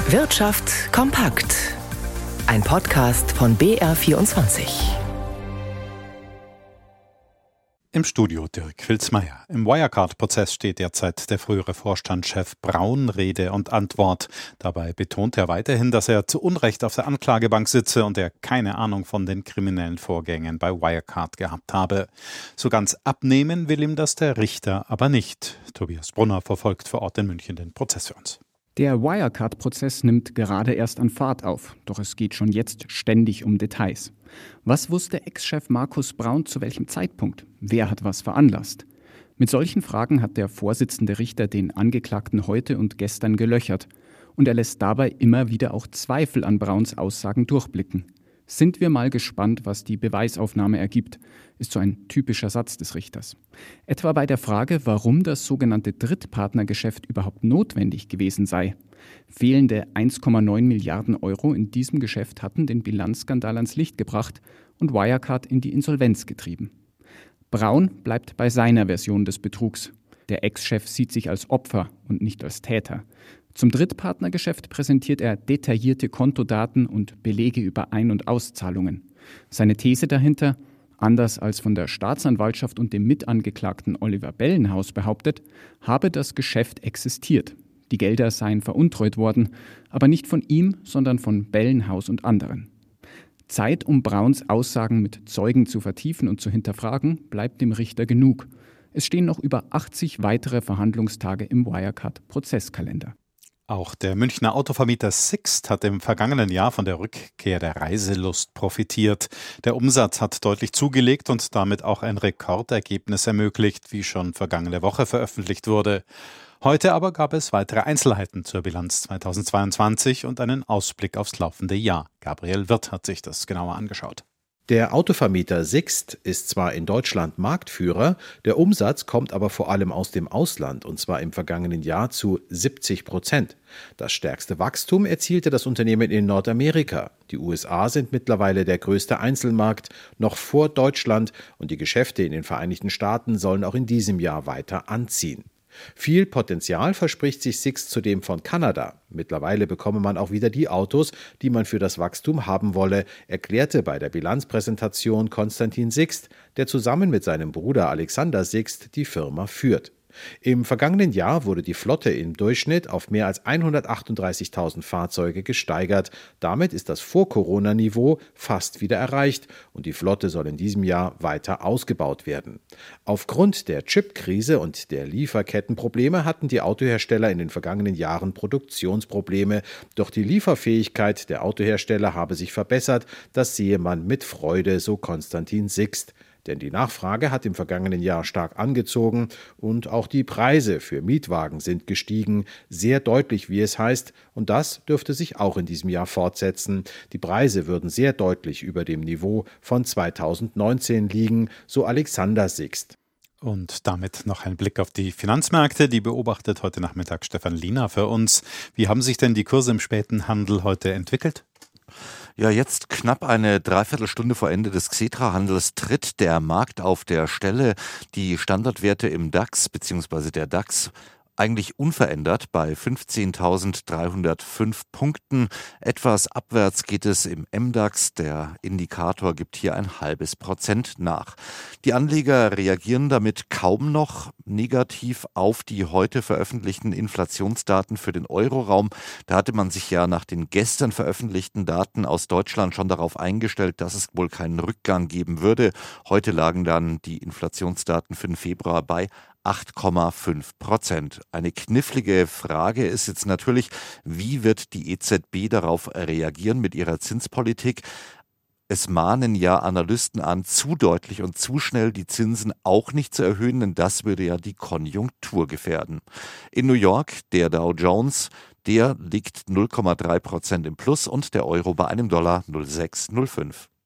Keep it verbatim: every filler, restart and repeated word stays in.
Wirtschaft kompakt. Ein Podcast von B R vierundzwanzig. Im Studio Dirk Filzmeier. Im Wirecard-Prozess steht derzeit der frühere Vorstandschef Braun Rede und Antwort. Dabei betont er weiterhin, dass er zu Unrecht auf der Anklagebank sitze und er keine Ahnung von den kriminellen Vorgängen bei Wirecard gehabt habe. So ganz abnehmen will ihm das der Richter aber nicht. Tobias Brunner verfolgt vor Ort in München den Prozess für uns. Der Wirecard-Prozess nimmt gerade erst an Fahrt auf, doch es geht schon jetzt ständig um Details. Was wusste Ex-Chef Markus Braun zu welchem Zeitpunkt? Wer hat was veranlasst? Mit solchen Fragen hat der Vorsitzende Richter den Angeklagten heute und gestern gelöchert. Und er lässt dabei immer wieder auch Zweifel an Brauns Aussagen durchblicken. Sind wir mal gespannt, was die Beweisaufnahme ergibt, ist so ein typischer Satz des Richters. Etwa bei der Frage, warum das sogenannte Drittpartnergeschäft überhaupt notwendig gewesen sei. Fehlende eins Komma neun Milliarden Euro in diesem Geschäft hatten den Bilanzskandal ans Licht gebracht und Wirecard in die Insolvenz getrieben. Braun bleibt bei seiner Version des Betrugs. Der Ex-Chef sieht sich als Opfer und nicht als Täter. Zum Drittpartnergeschäft präsentiert er detaillierte Kontodaten und Belege über Ein- und Auszahlungen. Seine These dahinter: Anders als von der Staatsanwaltschaft und dem Mitangeklagten Oliver Bellenhaus behauptet, habe das Geschäft existiert. Die Gelder seien veruntreut worden, aber nicht von ihm, sondern von Bellenhaus und anderen. Zeit, um Brauns Aussagen mit Zeugen zu vertiefen und zu hinterfragen, bleibt dem Richter genug. Es stehen noch über achtzig weitere Verhandlungstage im Wirecard-Prozesskalender. Auch der Münchner Autovermieter Sixt hat im vergangenen Jahr von der Rückkehr der Reiselust profitiert. Der Umsatz hat deutlich zugelegt und damit auch ein Rekordergebnis ermöglicht, wie schon vergangene Woche veröffentlicht wurde. Heute aber gab es weitere Einzelheiten zur Bilanz zweitausendzweiundzwanzig und einen Ausblick aufs laufende Jahr. Gabriel Wirth hat sich das genauer angeschaut. Der Autovermieter Sixt ist zwar in Deutschland Marktführer, der Umsatz kommt aber vor allem aus dem Ausland, und zwar im vergangenen Jahr zu siebzig Prozent. Das stärkste Wachstum erzielte das Unternehmen in Nordamerika. Die U S A sind mittlerweile der größte Einzelmarkt, noch vor Deutschland, und die Geschäfte in den Vereinigten Staaten sollen auch in diesem Jahr weiter anziehen. Viel Potenzial verspricht sich Sixt zudem von Kanada. Mittlerweile bekomme man auch wieder die Autos, die man für das Wachstum haben wolle, erklärte bei der Bilanzpräsentation Konstantin Sixt, der zusammen mit seinem Bruder Alexander Sixt die Firma führt. Im vergangenen Jahr wurde die Flotte im Durchschnitt auf mehr als hundertachtunddreißigtausend Fahrzeuge gesteigert. Damit ist das Vor-Corona-Niveau fast wieder erreicht und die Flotte soll in diesem Jahr weiter ausgebaut werden. Aufgrund der Chipkrise und der Lieferkettenprobleme hatten die Autohersteller in den vergangenen Jahren Produktionsprobleme. Doch die Lieferfähigkeit der Autohersteller habe sich verbessert. Das sehe man mit Freude, so Konstantin Sixt. Denn die Nachfrage hat im vergangenen Jahr stark angezogen und auch die Preise für Mietwagen sind gestiegen, sehr deutlich, wie es heißt, und das dürfte sich auch in diesem Jahr fortsetzen. Die Preise würden sehr deutlich über dem Niveau von zweitausendneunzehn liegen, so Alexander Sixt. Und damit noch ein Blick auf die Finanzmärkte. Die beobachtet heute Nachmittag Stefan Liener für uns. Wie haben sich denn die Kurse im späten Handel heute entwickelt? Ja, jetzt knapp eine Dreiviertelstunde vor Ende des Xetra-Handels tritt der Markt auf der Stelle. Die Standardwerte im DAX bzw. der DAX eigentlich unverändert bei fünfzehntausenddreihundertfünf Punkten. Etwas abwärts geht es im M DAX. Der Indikator gibt hier ein halbes Prozent nach. Die Anleger reagieren damit kaum noch negativ auf die heute veröffentlichten Inflationsdaten für den Euroraum. Da hatte man sich ja nach den gestern veröffentlichten Daten aus Deutschland schon darauf eingestellt, dass es wohl keinen Rückgang geben würde. Heute lagen dann die Inflationsdaten für den Februar bei acht Komma fünf Prozent. Eine knifflige Frage ist jetzt natürlich, wie wird die E Z B darauf reagieren mit ihrer Zinspolitik? Es mahnen ja Analysten an, zu deutlich und zu schnell die Zinsen auch nicht zu erhöhen, denn das würde ja die Konjunktur gefährden. In New York, der Dow Jones, der liegt null Komma drei Prozent im Plus und der Euro bei einem Dollar null Komma sechs null fünf.